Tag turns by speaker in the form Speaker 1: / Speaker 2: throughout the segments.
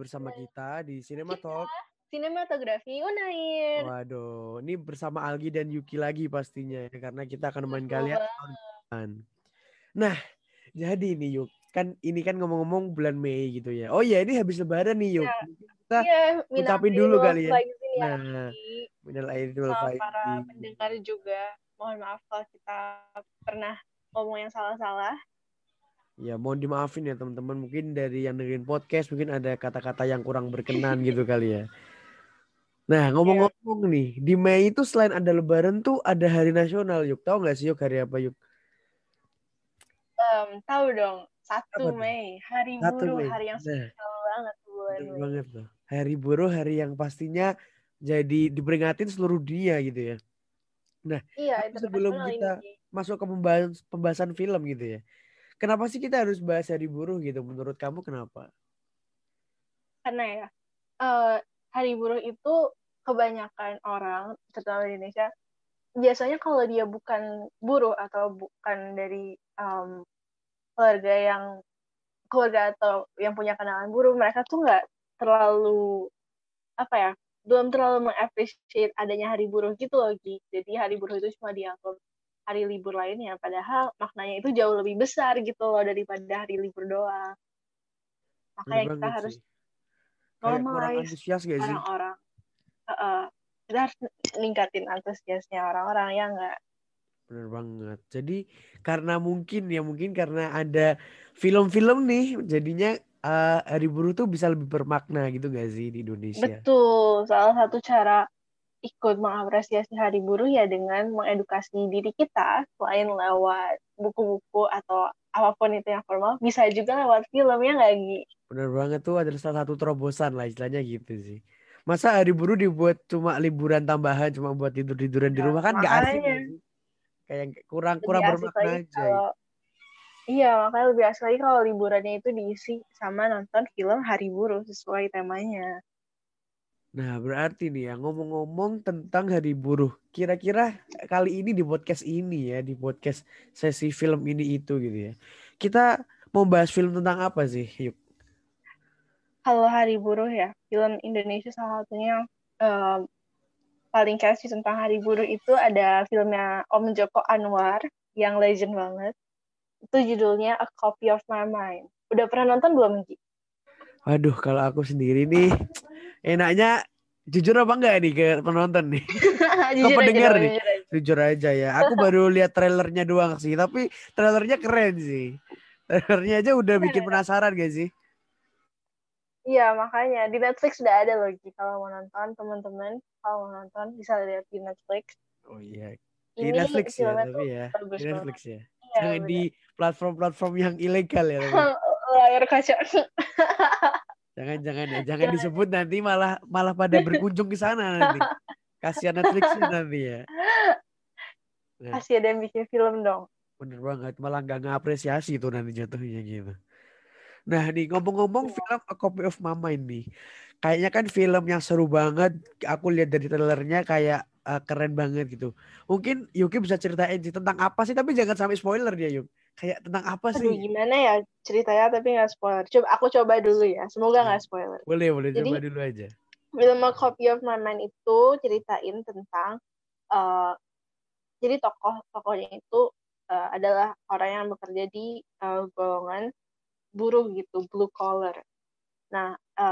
Speaker 1: bersama kita di Cinema Talk.
Speaker 2: Sinematografi Unair.
Speaker 1: Waduh, ini bersama Algi dan Yuki lagi pastinya ya, karena kita akan main
Speaker 2: Betul
Speaker 1: kalian
Speaker 2: banget.
Speaker 1: tahun depan. Nah, jadi nih Yuk, kan ini kan ngomong-ngomong bulan Mei gitu ya. Oh iya, ini habis Lebaran nih Yuk.
Speaker 2: Ya,
Speaker 1: Mungkin kita
Speaker 2: iya, minal
Speaker 1: ucapin
Speaker 2: aidin
Speaker 1: dulu
Speaker 2: wal
Speaker 1: kali ya.
Speaker 2: faizin ya,
Speaker 1: Nah,
Speaker 2: Ki.
Speaker 1: minal aidin wal
Speaker 2: Sama para
Speaker 1: faizin.
Speaker 2: pendengar juga. Mohon maaf kalau kita pernah ngomong yang salah-salah.
Speaker 1: Ya, mohon dimaafin ya teman-teman. Mungkin dari yang dengerin podcast mungkin ada kata-kata yang kurang berkenan gitu kali ya. Nah,
Speaker 2: Ya,
Speaker 1: ngomong-ngomong nih, di Mei itu selain ada Lebaran tuh ada hari nasional Yuk. Tahu nggak sih Yuk hari apa Yuk?
Speaker 2: tahu dong. 1
Speaker 1: Apa tuh?
Speaker 2: Mei, Hari
Speaker 1: 1
Speaker 2: Buruh,
Speaker 1: Mei.
Speaker 2: hari yang
Speaker 1: Nah,
Speaker 2: spesial banget bulan
Speaker 1: bener
Speaker 2: Mei.
Speaker 1: banget loh. Hari buruh, hari yang pastinya jadi diperingatin seluruh dunia gitu ya. Nah,
Speaker 2: Iya,
Speaker 1: tapi sebelum
Speaker 2: internasional
Speaker 1: kita
Speaker 2: ini, Ki.
Speaker 1: masuk ke pembahasan film gitu ya. Kenapa sih kita harus bahas hari buruh gitu? Menurut kamu kenapa?
Speaker 2: Karena ya, eh, Hari Buruh itu kebanyakan orang, terutama di Indonesia, biasanya kalau dia bukan buruh atau bukan dari keluarga yang keluarga atau yang punya kenalan buruh, mereka tuh nggak terlalu apa ya, belum terlalu mengappreciate adanya hari buruh gitu loh, Gi. Jadi hari buruh itu cuma dianggap hari libur lainnya, padahal maknanya itu jauh lebih besar gitu loh daripada hari libur doang.
Speaker 1: Bener
Speaker 2: Makanya kita
Speaker 1: banget
Speaker 2: harus
Speaker 1: sih. Kayak kurang
Speaker 2: normalize
Speaker 1: antusias gak sih?
Speaker 2: orang-orang. Kita harus ningkatin antusiasnya orang-orang ya nggak.
Speaker 1: Bener banget. Jadi mungkin karena ada film-film nih jadinya hari buruh tuh bisa lebih bermakna gitu gak sih di Indonesia?
Speaker 2: Betul, salah satu cara ikut mengapresiasi Hari Buruh ya dengan mengedukasi diri kita, selain lewat buku-buku atau apapun itu yang formal, bisa juga lewat film ya nggak, Gi?
Speaker 1: Bener banget tuh ada salah satu terobosan lah istilahnya gitu sih. Masa hari buruh dibuat cuma liburan tambahan cuma buat tidur-tiduran di
Speaker 2: Ya,
Speaker 1: rumah kan gak asik
Speaker 2: makanya
Speaker 1: gak sih? Kayak kurang
Speaker 2: lebih
Speaker 1: kurang
Speaker 2: asik
Speaker 1: bermakna
Speaker 2: lagi
Speaker 1: aja.
Speaker 2: kalau iya, makanya lebih asik lagi kalau liburannya itu diisi sama nonton film Hari Buruh sesuai temanya.
Speaker 1: Nah, berarti nih ya ngomong-ngomong tentang hari buruh. Kira-kira kali ini di podcast ini ya, di podcast sesi film ini itu gitu ya. Kita mau bahas film tentang apa sih? Yuk.
Speaker 2: Kalau Hari Buruh ya, film Indonesia salah satunya eh, paling catchy tentang Hari Buruh itu ada filmnya Om Joko Anwar yang legend banget. Itu judulnya A Copy of My Mind. Udah pernah nonton belum, Gi?
Speaker 1: Waduh, kalau aku sendiri nih enaknya jujur apa enggak nih ke penonton nih? Ke
Speaker 2: Jujur aja
Speaker 1: pendengar
Speaker 2: dong,
Speaker 1: nih.
Speaker 2: jujur aja.
Speaker 1: Jujur aja ya. Aku baru lihat trailernya doang sih, tapi trailernya keren sih. Trailernya aja udah
Speaker 2: Keren
Speaker 1: bikin
Speaker 2: ya?
Speaker 1: penasaran gak sih?
Speaker 2: Iya, makanya di Netflix udah ada loh, Gi. Kalau mau nonton, teman-teman, kalau mau nonton bisa lihat di Netflix.
Speaker 1: Oh iya. Di
Speaker 2: Ini
Speaker 1: Netflix ya,
Speaker 2: filmnya
Speaker 1: tapi
Speaker 2: tuh
Speaker 1: ya. Di
Speaker 2: bagus
Speaker 1: Netflix
Speaker 2: banget.
Speaker 1: ya.
Speaker 2: Iya,
Speaker 1: Jangan di
Speaker 2: bener.
Speaker 1: platform-platform yang ilegal ya, tapi.
Speaker 2: Layar kaca.
Speaker 1: Jangan-jangan ya, jangan
Speaker 2: Jangan.
Speaker 1: disebut nanti malah malah pada berkunjung ke sana nanti. Kasihan Netflixnya nanti ya. Nah,
Speaker 2: Kasih ada yang bikin film dong.
Speaker 1: bener banget. Malah nggak ngapresiasi tuh nanti jatuhnya gitu. Nah, nih ngomong-ngomong
Speaker 2: Iya.
Speaker 1: film A Copy of Mama ini. Kayaknya kan film yang seru banget. Aku lihat dari trailernya kayak keren banget gitu. Mungkin Yuki bisa ceritain sih tentang apa sih, tapi jangan sampai spoiler dia Yuk. Kayak tentang apa sih?
Speaker 2: Aduh, gimana ya ceritanya tapi nggak spoiler. Aku coba dulu ya. Semoga
Speaker 1: Nah,
Speaker 2: nggak spoiler.
Speaker 1: boleh
Speaker 2: Jadi,
Speaker 1: coba dulu aja.
Speaker 2: film A Copy of My Mind itu ceritain tentang eh, jadi tokohnya itu adalah orang yang bekerja di golongan buruh gitu, blue collar. Nah,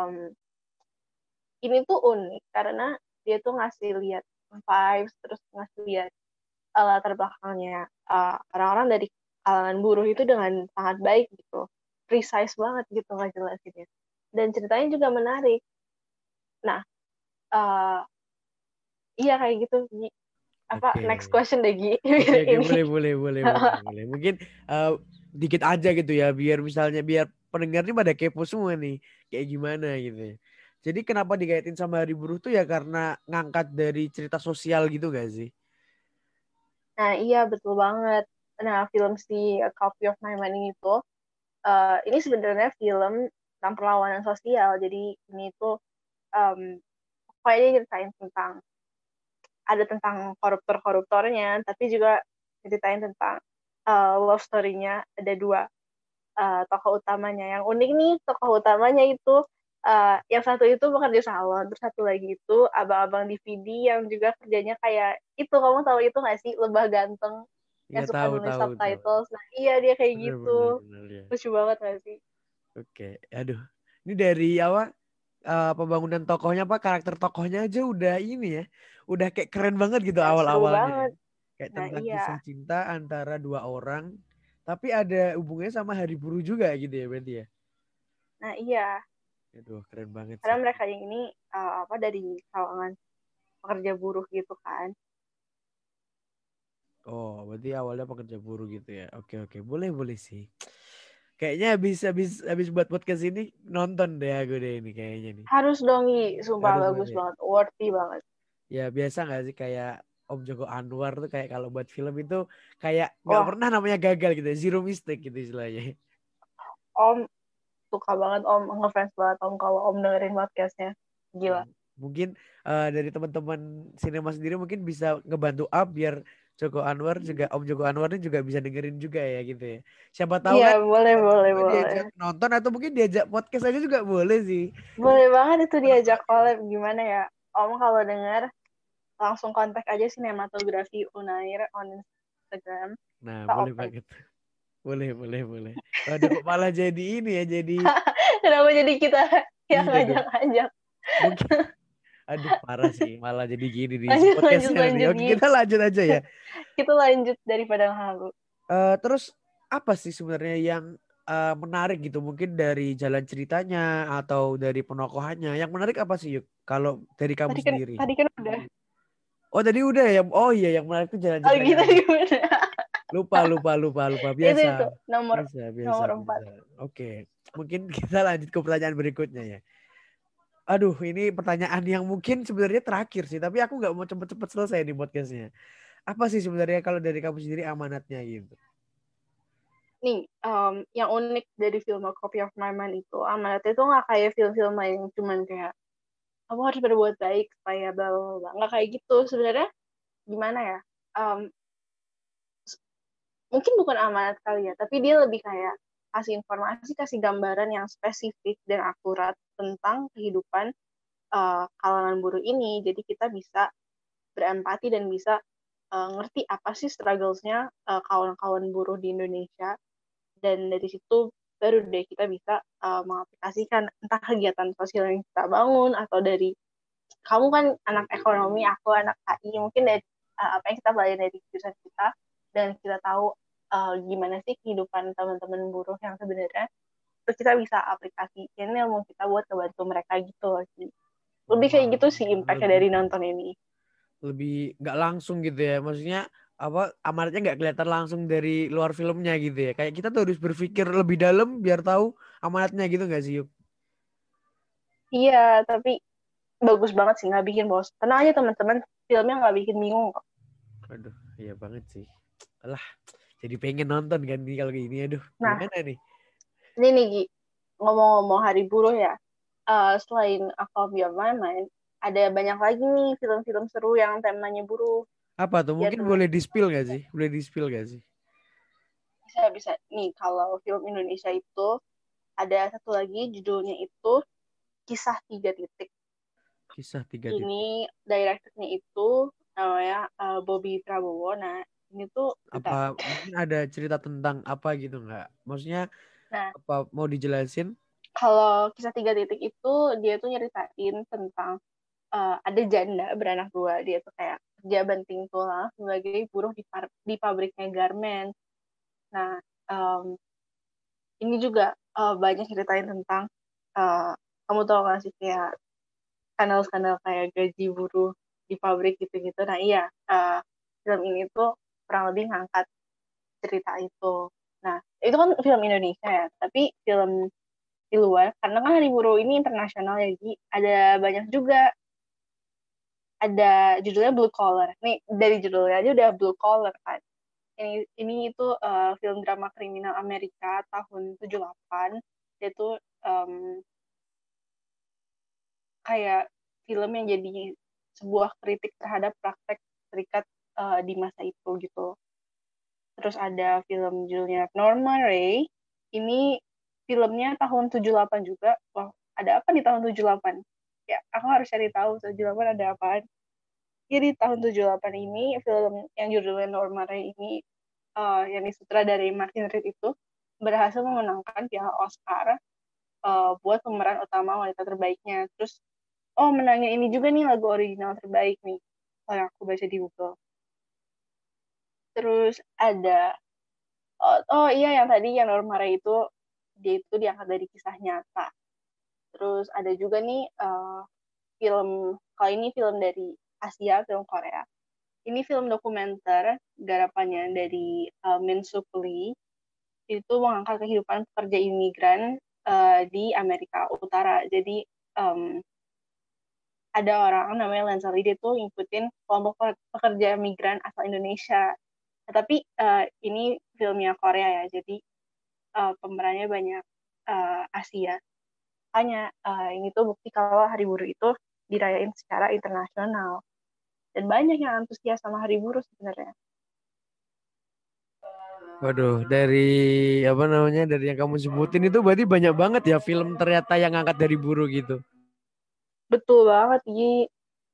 Speaker 2: ini tuh unik karena dia tuh ngasih lihat vibes, terus ngasih lihat latar belakangnya orang-orang dari kalangan buruh itu dengan sangat baik gitu, precise banget gitu nggak jelasinnya. Dan ceritanya juga menarik. Nah, uh, iya kayak gitu. Apa
Speaker 1: Oke.
Speaker 2: next question deh, Gi?
Speaker 1: Oke,
Speaker 2: Ini.
Speaker 1: boleh. Mungkin eh, dikit aja gitu ya, biar pendengar ini pada kepo semua nih, kayak gimana gitu ya. Jadi kenapa dikaitin sama Hari Buruh tuh ya karena ngangkat dari cerita sosial gitu gak sih?
Speaker 2: Nah, iya betul banget. Nah, film si A Copy of My Mind ini sebenarnya film tentang perlawanan sosial. Jadi ini tuh um, pokoknya dia ceritain tentang ada tentang koruptornya, tapi juga ceritain tentang love story-nya. Ada dua tokoh utamanya. Yang unik nih tokoh utamanya itu Yang satu itu bekerja salon, terus satu lagi itu abang-abang DVD yang juga kerjanya kayak itu, kamu tahu itu nggak sih, Lebah Ganteng
Speaker 1: Ya
Speaker 2: yang suka
Speaker 1: tahu
Speaker 2: nulis
Speaker 1: tahu tahu.
Speaker 2: subtitles. Nah iya, dia kayak
Speaker 1: Bener bener
Speaker 2: gitu,
Speaker 1: bener ya.
Speaker 2: lucu banget gak sih?
Speaker 1: Oke, aduh. Ini dari awal pembangunan tokohnya apa karakter tokohnya aja udah ini ya. Udah kayak keren banget gitu
Speaker 2: Ya, seru
Speaker 1: awal-awalnya ya.
Speaker 2: banget.
Speaker 1: Kayak
Speaker 2: Nah
Speaker 1: tentang
Speaker 2: iya,
Speaker 1: kisah cinta antara dua orang. Tapi ada hubungannya sama Hari Buruh juga gitu ya berarti ya.
Speaker 2: nah iya,
Speaker 1: Aduh keren banget
Speaker 2: karena
Speaker 1: sih.
Speaker 2: mereka yang ini dari kalangan pekerja buruh gitu kan.
Speaker 1: Oh berarti awalnya pekerja buruh gitu ya. Oke oke boleh boleh sih. Kayaknya habis habis habis buat podcast ini nonton deh aku deh ini kayaknya nih.
Speaker 2: Harus dong, sumpah
Speaker 1: Harus
Speaker 2: bagus
Speaker 1: banget ya.
Speaker 2: banget, worthy banget.
Speaker 1: Ya biasa nggak sih kayak Om Joko Anwar tuh kayak kalau buat film itu kayak nggak
Speaker 2: Wah,
Speaker 1: pernah namanya gagal gitu, zero mistake gitu istilahnya.
Speaker 2: Om suka banget, Om ngefans banget Om kalau Om dengerin podcastnya,
Speaker 1: Ya,
Speaker 2: gila.
Speaker 1: mungkin dari teman-teman sinema sendiri mungkin bisa ngebantu up biar Joko Anwar juga Om Joko Anwar ini juga bisa dengerin juga ya gitu ya. Siapa tahu
Speaker 2: Iya,
Speaker 1: kan
Speaker 2: boleh boleh
Speaker 1: tiba-tiba
Speaker 2: boleh.
Speaker 1: diajak nonton atau mungkin diajak podcast aja juga boleh sih.
Speaker 2: Boleh banget itu
Speaker 1: Seneng
Speaker 2: diajak
Speaker 1: banget gitu.
Speaker 2: collab, gimana ya? Om kalau denger langsung kontak aja sinematografi Unair on Instagram.
Speaker 1: Nah,
Speaker 2: Kita
Speaker 1: boleh
Speaker 2: open.
Speaker 1: banget. Boleh, boleh, boleh. Waduh, kok malah jadi ini ya, jadi
Speaker 2: Kenapa jadi kita yang
Speaker 1: iya dong.
Speaker 2: ngajak-ngajak?
Speaker 1: Mungkin, aduh parah sih, malah jadi gini di
Speaker 2: Lanjut, lanjut,
Speaker 1: podcastnya nanti.
Speaker 2: lanjut,
Speaker 1: Oke, kita lanjut aja ya.
Speaker 2: Kita lanjut daripada halu.
Speaker 1: Terus apa sih sebenarnya yang menarik gitu? Mungkin dari jalan ceritanya atau dari penokohannya. Yang menarik apa sih, Yuk? Kalau dari kamu sendiri.
Speaker 2: Tadi kan udah.
Speaker 1: Oh, tadi udah ya. Oh iya, yang menarik itu jalan
Speaker 2: Oh
Speaker 1: ceritanya.
Speaker 2: gitu
Speaker 1: Aduh,
Speaker 2: gimana?
Speaker 1: lupa, lupa, lupa, lupa.
Speaker 2: Itu
Speaker 1: Biasa,
Speaker 2: itu nomor
Speaker 1: biasa, biasa,
Speaker 2: nomor 4.
Speaker 1: biasa. Oke, mungkin kita lanjut ke pertanyaan berikutnya ya. Aduh, ini pertanyaan yang mungkin sebenarnya terakhir sih, tapi aku nggak mau cepet-cepet selesai nih podcastnya. Apa sih sebenarnya kalau dari kamu sendiri amanatnya gitu?
Speaker 2: Nih, yang unik dari film A Copy of My Mind itu, amanatnya itu nggak kayak film-film lain yang cuman kayak kamu harus berbuat baik supaya bla bla bla. Nggak kayak gitu. Sebenarnya gimana ya? Um, Mungkin bukan amanat kali ya, tapi dia lebih kayak kasih informasi, kasih gambaran yang spesifik dan akurat tentang kehidupan kalangan buruh ini. Jadi kita bisa berempati dan bisa ngerti apa sih strugglesnya kawan-kawan buruh di Indonesia, dan dari situ baru deh kita bisa mengaplikasikan entah kegiatan sosial yang kita bangun atau dari kamu kan anak ekonomi, aku anak KI, mungkin dari apa yang kita pelajari dari jurusan kita, dan kita tahu gimana sih kehidupan teman-teman buruh yang sebenarnya, terus kita bisa aplikasikan ilmu kita buat ngebantu mereka gitu loh sih. Lebih kayak
Speaker 1: Wah,
Speaker 2: gitu sih impactnya
Speaker 1: lebih
Speaker 2: dari nonton ini.
Speaker 1: lebih nggak langsung gitu ya. Maksudnya apa amanatnya nggak kelihatan langsung dari luar filmnya gitu ya. Kayak kita tuh harus berpikir lebih dalam biar tahu amanatnya gitu nggak sih, Yuk?
Speaker 2: Iya, tapi bagus banget sih, nggak bikin bosan. Tenang aja teman-teman, filmnya nggak bikin bingung kok.
Speaker 1: Aduh, iya banget sih. Alah, jadi pengen nonton kan nih kalau gini. Aduh,
Speaker 2: Nah,
Speaker 1: gimana nih?
Speaker 2: ini nih Gi, ngomong-ngomong Hari Buruh ya, selain Aku Biar My Mind, ada banyak lagi nih film-film seru yang temanya buruh.
Speaker 1: Apa tuh?
Speaker 2: Biar
Speaker 1: Mungkin boleh
Speaker 2: teman-teman
Speaker 1: di-spill nggak sih? Boleh di-spill nggak sih?
Speaker 2: bisa bisa nih, kalau film Indonesia itu ada satu lagi judulnya itu Kisah Tiga Titik.
Speaker 1: Kisah tiga titik.
Speaker 2: Ini direkturnya itu namanya Bobby Prabowo. Nah, ini tuh bentar.
Speaker 1: Apa mungkin ada cerita tentang apa gitu nggak? Maksudnya
Speaker 2: Nah,
Speaker 1: apa mau dijelasin?
Speaker 2: kalau Kisah Tiga Titik itu dia tuh nyeritain tentang ada janda beranak dua. Dia tuh kayak kerja banting tulang sebagai buruh di pabriknya garment. Nah, um, ini juga banyak ceritain tentang uh, kamu tahu gak sih kayak skandal-skandal kayak gaji buruh di pabrik gitu-gitu. Nah iya, film ini tuh kurang lebih ngangkat cerita itu. Nah, itu kan film Indonesia ya, tapi film di luar, karena kan Hari Buruh ini internasional ya, Gi, ada banyak juga, ada judulnya Blue Collar. Nih, dari judulnya aja udah Blue Collar kan. Ini itu film drama kriminal Amerika tahun 78. Dia tuh kayak film yang jadi sebuah kritik terhadap praktek serikat di masa itu gitu. Terus ada film judulnya Norma Ray. Ini filmnya tahun 78 juga. Wah, ada apa di tahun 78? Ya, aku harus cari tahu 78 ada apaan. Jadi tahun 78 ini film yang judulnya Norma Ray ini yang disutradarai Martin Reed itu berhasil memenangkan Piala Oscar buat pemeran utama wanita terbaiknya. Terus menangnya ini juga nih lagu original terbaik nih. Yang aku baca di Google. Terus ada iya yang tadi yang Norma Ray itu dia itu diangkat dari kisah nyata. Terus ada juga nih film, kali ini film dari Asia, film Korea. Ini film dokumenter garapannya dari Min Suk Lee. Itu mengangkat kehidupan pekerja imigran di Amerika Utara. Jadi ada orang namanya Lanza Lee, dia tuh ngikutin kelompok pekerja migran asal Indonesia. Tapi ini filmnya Korea ya, jadi pemerannya banyak Asia. Hanya ini tuh bukti kalau Hari Buruh itu dirayain secara internasional. Dan banyak yang antusias sama Hari Buruh sebenarnya.
Speaker 1: Waduh, dari apa namanya, dari yang kamu sebutin itu berarti banyak banget ya film ternyata yang ngangkat dari buruh gitu.
Speaker 2: Betul banget, Gi.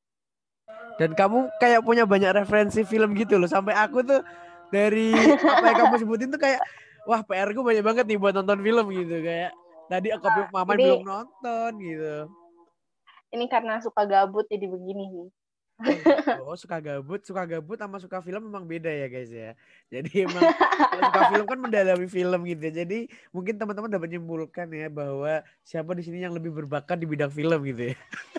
Speaker 1: Dan kamu kayak punya banyak referensi film gitu loh. Sampai aku tuh dari apa yang kamu sebutin tuh kayak, wah PR gue banyak banget nih buat nonton film gitu. Kayak tadi Copy of Mama belum nonton gitu.
Speaker 2: Ini karena suka gabut jadi begini nih.
Speaker 1: Oh gitu. Oh suka gabut sama suka film memang beda ya guys ya. Jadi emang kalau suka film kan mendalami film gitu ya. Jadi mungkin teman-teman dapat menyimpulkan ya bahwa siapa di sini yang lebih berbakat di bidang film gitu ya.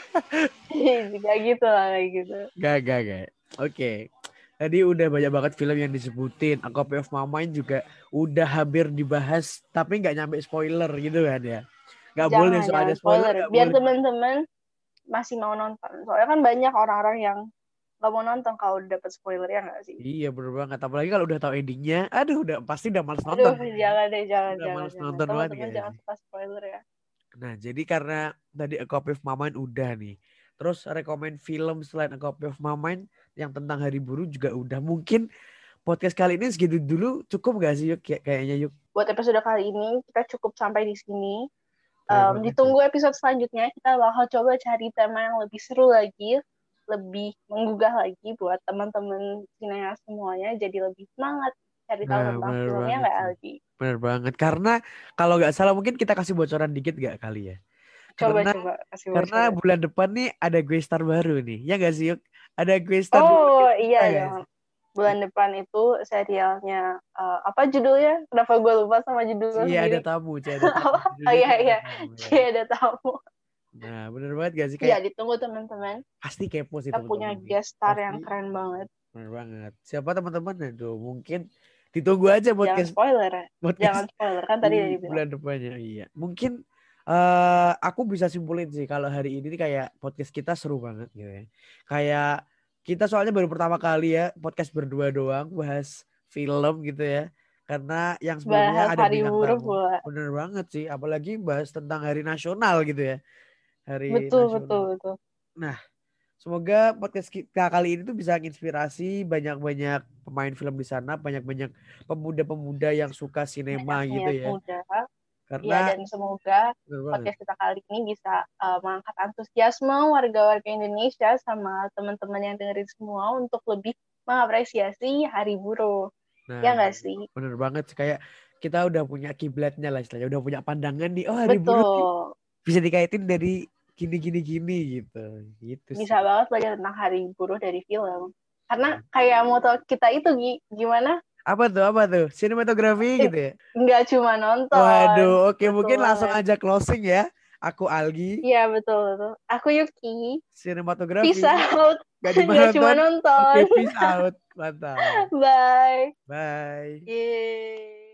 Speaker 2: Juga gitu lah kayak gitu.
Speaker 1: Gak. Oke. Tadi udah banyak banget film yang disebutin. A Copy of My Mind juga udah hampir dibahas tapi nggak nyampe spoiler gitu kan ya. Nggak boleh soalnya spoiler.
Speaker 2: Biar teman-teman masih mau nonton. Soalnya kan banyak orang-orang yang gak mau nonton kalau udah dapet spoiler ya nggak sih?
Speaker 1: Iya bener banget. Apalagi kalau udah tahu endingnya, aduh udah pasti udah males
Speaker 2: Aduh,
Speaker 1: nonton.
Speaker 2: jangan deh,
Speaker 1: Udah
Speaker 2: jangan.
Speaker 1: males nonton banget
Speaker 2: Teman-teman
Speaker 1: kayaknya.
Speaker 2: jangan suka spoiler ya.
Speaker 1: Nah jadi karena tadi A Copy of My Mind udah nih. Terus rekomend film selain A Copy of My Mind yang tentang Hari Buruh juga udah. Mungkin podcast kali ini segitu dulu, cukup gak sih Yuk? Kayaknya Yuk.
Speaker 2: Buat episode kali ini kita cukup sampai di sini.
Speaker 1: Banget,
Speaker 2: Ditunggu episode selanjutnya, kita bakal coba cari tema yang lebih seru lagi, lebih menggugah lagi buat teman-teman sineas semuanya, jadi lebih semangat cari tahu
Speaker 1: Nah
Speaker 2: tentang
Speaker 1: bener
Speaker 2: filmnya
Speaker 1: banget
Speaker 2: nggak
Speaker 1: sih.
Speaker 2: Aldi?
Speaker 1: Bener banget. Karena kalau nggak salah mungkin kita kasih bocoran dikit gak kali ya.
Speaker 2: Coba
Speaker 1: Karena
Speaker 2: kasih
Speaker 1: karena
Speaker 2: bocoran.
Speaker 1: bulan depan nih ada gue star baru nih. Ya gak sih Yuk? Ada gue star di
Speaker 2: Oh
Speaker 1: podcast
Speaker 2: iya
Speaker 1: kita
Speaker 2: dong.
Speaker 1: guys.
Speaker 2: Bulan depan itu serialnya apa judulnya? Kenapa gue lupa sama judulnya
Speaker 1: Cie ada
Speaker 2: sendiri?
Speaker 1: tamu, Cie ada tamu.
Speaker 2: Oh
Speaker 1: Judulnya
Speaker 2: iya
Speaker 1: Cie ada
Speaker 2: iya,
Speaker 1: tamu ya.
Speaker 2: ada tamu.
Speaker 1: Nah, bener banget gak sih
Speaker 2: Iya,
Speaker 1: kayak
Speaker 2: ditunggu teman-teman.
Speaker 1: pasti kepo sih
Speaker 2: Kita punya
Speaker 1: teman-teman nih.
Speaker 2: guest star
Speaker 1: Pasti
Speaker 2: yang keren banget.
Speaker 1: bener banget. Siapa teman-teman? Aduh, mungkin ditunggu aja
Speaker 2: Jangan
Speaker 1: podcast
Speaker 2: spoiler ya.
Speaker 1: podcast
Speaker 2: Jangan spoiler kan tadi udah
Speaker 1: di
Speaker 2: dibilang.
Speaker 1: bulan depannya. Iya. Mungkin aku bisa simpulin sih kalau hari ini nih kayak podcast kita seru banget gitu ya. Kayak kita soalnya baru pertama kali ya podcast berdua doang bahas film gitu ya. Karena yang sebelumnya
Speaker 2: Bahas
Speaker 1: ada
Speaker 2: Hari
Speaker 1: bintang
Speaker 2: Buruh
Speaker 1: tamu.
Speaker 2: pula.
Speaker 1: Bener banget sih. Apalagi bahas tentang Hari Nasional gitu ya. Hari
Speaker 2: Betul, betul,
Speaker 1: Nasional.
Speaker 2: betul.
Speaker 1: Nah, semoga podcast kita kali ini tuh bisa menginspirasi banyak-banyak pemain film di sana, banyak-banyak pemuda-pemuda yang suka
Speaker 2: Banyak
Speaker 1: sinema gitu
Speaker 2: niat
Speaker 1: ya.
Speaker 2: muda. Ya,
Speaker 1: Karena
Speaker 2: dan semoga
Speaker 1: bener banget.
Speaker 2: podcast kita kali ini bisa mengangkat antusiasme warga-warga Indonesia sama teman-teman yang dengerin semua untuk lebih mengapresiasi Hari Buruh.
Speaker 1: Nah,
Speaker 2: Ya nggak sih?
Speaker 1: bener banget sih. Kayak kita udah punya kiblatnya lah istilahnya, udah punya pandangan nih. Oh, Hari Buruh nih
Speaker 2: Betul.
Speaker 1: bisa dikaitin dari gini gitu. Gitu
Speaker 2: Bisa
Speaker 1: sih.
Speaker 2: banget belajar tentang Hari Buruh dari film. Karena kayak moto kita itu, gimana?
Speaker 1: Apa tuh? Sinematografi gitu ya.
Speaker 2: Nggak cuma nonton.
Speaker 1: Waduh, oke
Speaker 2: Betul
Speaker 1: mungkin langsung
Speaker 2: banget.
Speaker 1: aja closing ya. Aku Algi,
Speaker 2: Iya, betul, betul. Aku Yuki.
Speaker 1: sinematografi.
Speaker 2: Peace out.
Speaker 1: Gak cuma
Speaker 2: Nggak cuma
Speaker 1: nonton. Oke,
Speaker 2: nonton.
Speaker 1: peace out. Mantap.
Speaker 2: Bye.
Speaker 1: Bye.
Speaker 2: Yeay.